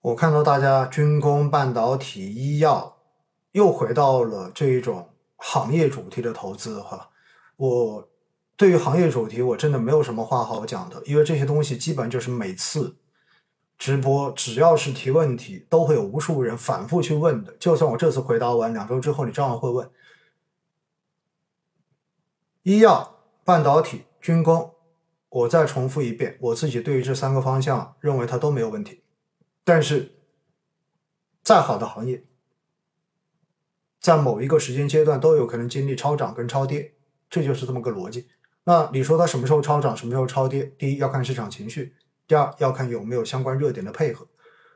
我看到大家军工、半导体、医药又回到了这一种行业主题的投资哈。我对于行业主题我真的没有什么话好讲的，因为这些东西基本就是每次直播只要是提问题都会有无数人反复去问的，就算我这次回答完2周之后你照样会问。医药、半导体、军工，我再重复一遍，我自己对于这3个方向认为它都没有问题。但是再好的行业在某一个时间阶段都有可能经历超涨跟超跌，这就是这么个逻辑。那你说它什么时候超涨什么时候超跌，第一要看市场情绪，第二要看有没有相关热点的配合。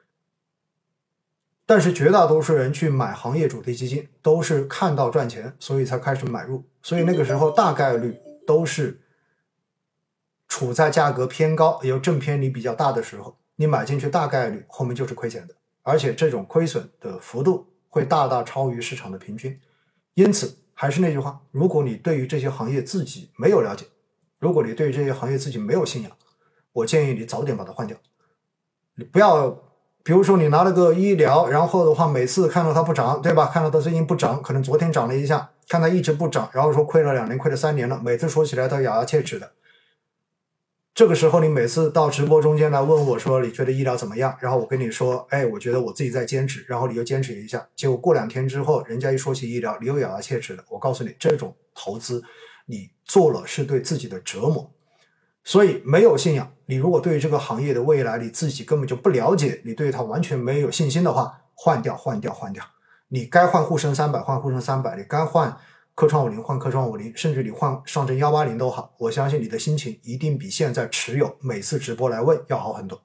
但是绝大多数人去买行业主题基金都是看到赚钱所以才开始买入，所以那个时候大概率都是处在价格偏高也有正偏离比较大的时候，你买进去大概率后面就是亏钱的，而且这种亏损的幅度会大大超于市场的平均。因此还是那句话，如果你对于这些行业自己没有了解，如果你对于这些行业自己没有信仰，我建议你早点把它换掉。你不要比如说你拿了个医疗，然后的话每次看到它不涨，对吧？看到它最近不涨，可能昨天涨了一下，看它一直不涨，然后说亏了2年亏了3年了，每次说起来都咬牙切齿的。这个时候你每次到直播中间来问我说你觉得医疗怎么样，然后我跟你说我觉得我自己在坚持，然后你又坚持一下，结果过2天之后人家一说起医疗你又咬牙切齿的，我告诉你这种投资你做了是对自己的折磨。所以没有信仰，你如果对于这个行业的未来你自己根本就不了解，你对它完全没有信心的话，换掉。你该换沪深300换沪深300，你该换科创50换科创50，甚至你换上证180都好，我相信你的心情一定比现在持有每次直播来问要好很多。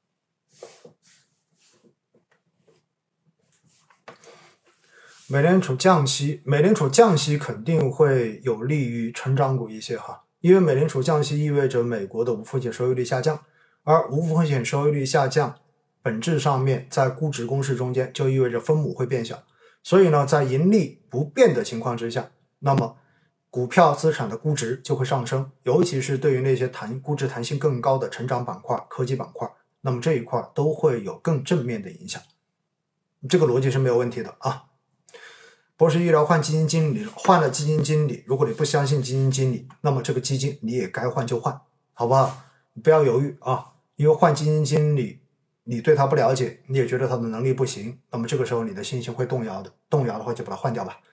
美联储降息肯定会有利于成长股一些哈，因为美联储降息意味着美国的无风险收益率下降，而无风险收益率下降本质上面在估值公式中间就意味着分母会变小，所以呢在盈利不变的情况之下，那么股票资产的估值就会上升，尤其是对于那些估值弹性更高的成长板块、科技板块，那么这一块都会有更正面的影响。这个逻辑是没有问题的啊。博士医疗换基金经理，换了基金经理，如果你不相信基金经理，那么这个基金你也该换就换，好不好？你不要犹豫啊，因为换基金经理你对他不了解，你也觉得他的能力不行，那么这个时候你的信心会动摇的，动摇的话就把它换掉吧。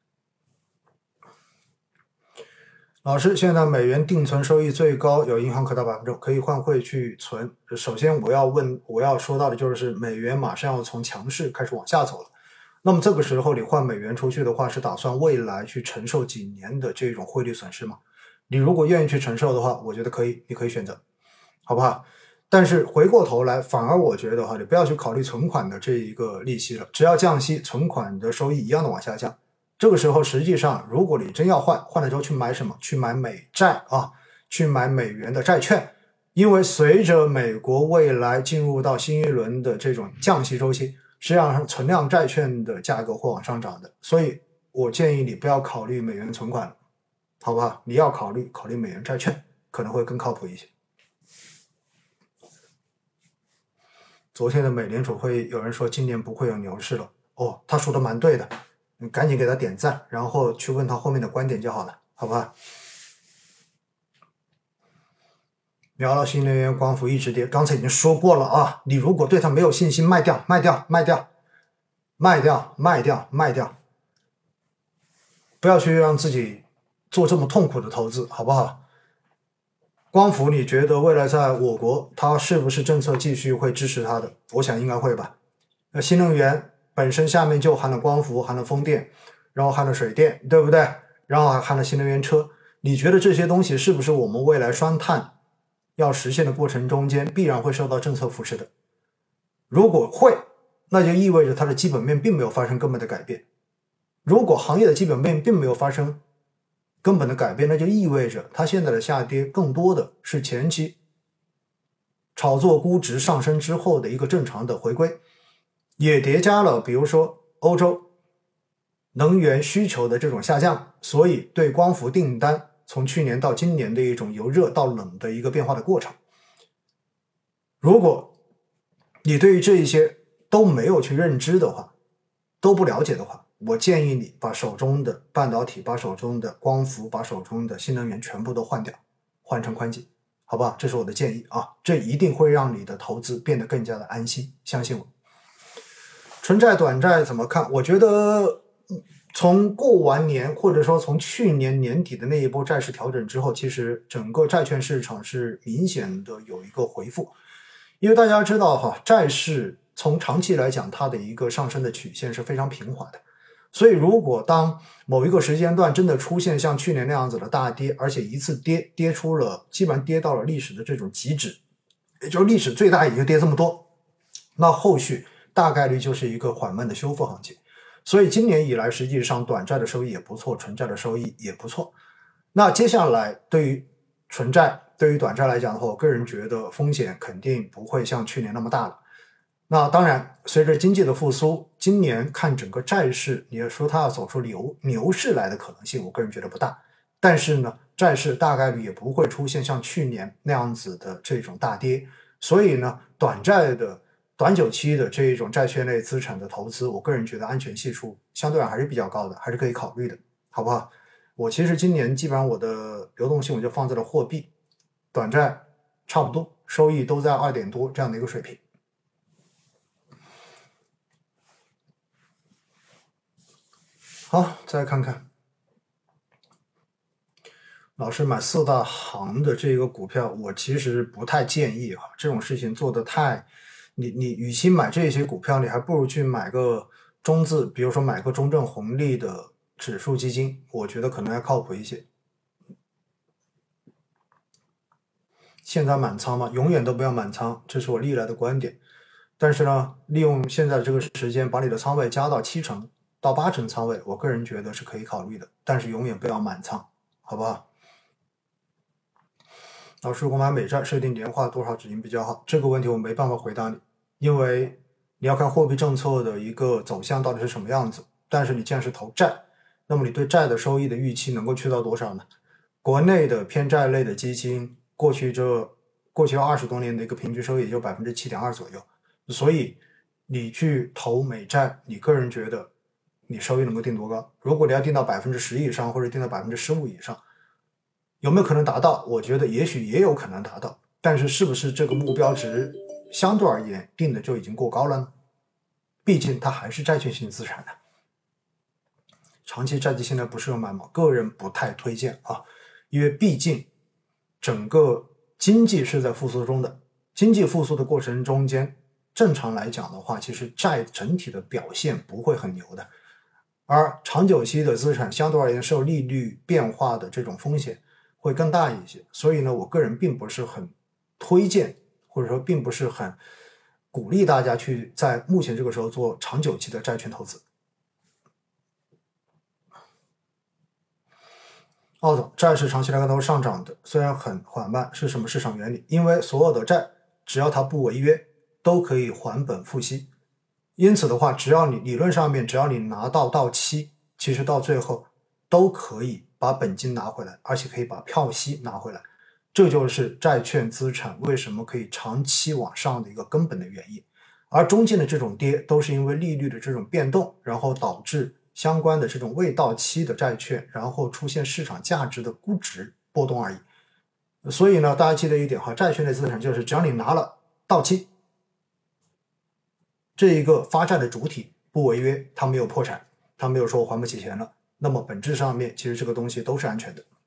老师，现在美元定存收益最高，有银行可到5%，可以换汇去存。首先我要说到的就是美元马上要从强势开始往下走了，那么这个时候你换美元出去的话，是打算未来去承受几年的这种汇率损失吗？你如果愿意去承受的话，我觉得可以，你可以选择，好不好？但是回过头来，反而我觉得你不要去考虑存款的这一个利息了，只要降息，存款的收益一样的往下降。这个时候实际上如果你真要换了之后去买什么？去买美债啊，去买美元的债券，因为随着美国未来进入到新一轮的这种降息周期，实际上存量债券的价格会往上涨的，所以我建议你不要考虑美元存款了，好不好？你要考虑美元债券，可能会更靠谱一些。昨天的美联储会有人说今年不会有牛市了，他说的蛮对的，你赶紧给他点赞，然后去问他后面的观点就好了，好不好？聊到新能源光伏一直跌，刚才已经说过了啊，你如果对它没有信心，卖掉，不要去让自己做这么痛苦的投资，好不好？光伏你觉得未来在我国它是不是政策继续会支持它的？我想应该会吧。新能源本身下面就含了光伏，含了风电，然后含了水电，对不对？然后还含了新能源车，你觉得这些东西是不是我们未来双碳要实现的过程中间必然会受到政策扶持的？如果会，那就意味着它的基本面并没有发生根本的改变。如果行业的基本面并没有发生根本的改变，那就意味着它现在的下跌更多的是前期炒作估值上升之后的一个正常的回归，也叠加了比如说欧洲能源需求的这种下降，所以对光伏订单从去年到今年的一种由热到冷的一个变化的过程。如果你对于这一些都没有去认知的话，都不了解的话，我建议你把手中的半导体、把手中的光伏、把手中的新能源全部都换掉，换成宽基，好不好？这是我的建议啊，这一定会让你的投资变得更加的安心，相信我。纯债、短债怎么看？我觉得从过完年，或者说从去年年底的那一波债市调整之后，其实整个债券市场是明显的有一个回复。因为大家知道哈，债市从长期来讲，它的一个上升的曲线是非常平滑的。所以如果当某一个时间段真的出现像去年那样子的大跌，而且一次跌出了，基本上跌到了历史的这种极值，也就是历史最大也就跌这么多，那后续大概率就是一个缓慢的修复行情。所以今年以来，实际上短债的收益也不错，纯债的收益也不错。那接下来对于纯债、对于短债来讲的话，我个人觉得风险肯定不会像去年那么大了。那当然，随着经济的复苏，今年看整个债市，你要说它要走出牛市来的可能性，我个人觉得不大。但是呢，债市大概率也不会出现像去年那样子的这种大跌。所以呢，短债的短久期的这一种债券类资产的投资，我个人觉得安全系数相对还是比较高的，还是可以考虑的，好不好？我其实今年基本上我的流动性我就放在了货币、短债，差不多收益都在2点多这样的一个水平。好，再看看老师买4大行的这个股票，我其实不太建议哈，这种事情做得太，你与其买这些股票，你还不如去买个中字，比如说买个中证红利的指数基金，我觉得可能还靠谱一些。现在满仓嘛，永远都不要满仓，这是我历来的观点。但是呢，利用现在的这个时间，把你的仓位加到7成到8成仓位，我个人觉得是可以考虑的，但是永远不要满仓，好不好？老师，如果买美债，设定年化多少止盈比较好？这个问题我没办法回答你，因为你要看货币政策的一个走向到底是什么样子。但是你既然是投债，那么你对债的收益的预期能够去到多少呢？国内的偏债类的基金，过去20多年的一个平均收益也就7.2%左右，所以你去投美债，你个人觉得你收益能够定多高？如果你要定到10%以上，或者定到15%以上，有没有可能达到？我觉得也许也有可能达到，但是是不是这个目标值相对而言定的就已经过高了呢？毕竟它还是债券型资产的，长期债基现在不适合买嘛，个人不太推荐啊，因为毕竟整个经济是在复苏中的，经济复苏的过程中间，正常来讲的话，其实债整体的表现不会很牛的，而长久期的资产相对而言受利率变化的这种风险会更大一些，所以呢，我个人并不是很推荐，或者说并不是很鼓励大家去在目前这个时候做长久期的债券投资。澳总，债市长期来看都是上涨的，虽然很缓慢，是什么市场原理？因为所有的债只要它不违约，都可以还本付息。因此的话，只要你理论上面只要你拿到期，其实到最后都可以把本金拿回来，而且可以把票息拿回来。这就是债券资产为什么可以长期往上的一个根本的原因。而中间的这种跌都是因为利率的这种变动，然后导致相关的这种未到期的债券，然后出现市场价值的估值波动而已。所以呢，大家记得一点哈，债券类资产就是只要你拿了到期，这一个发债的主体不违约，他没有破产，他没有说我还不起钱了，那么本质上面其实这个东西都是安全的。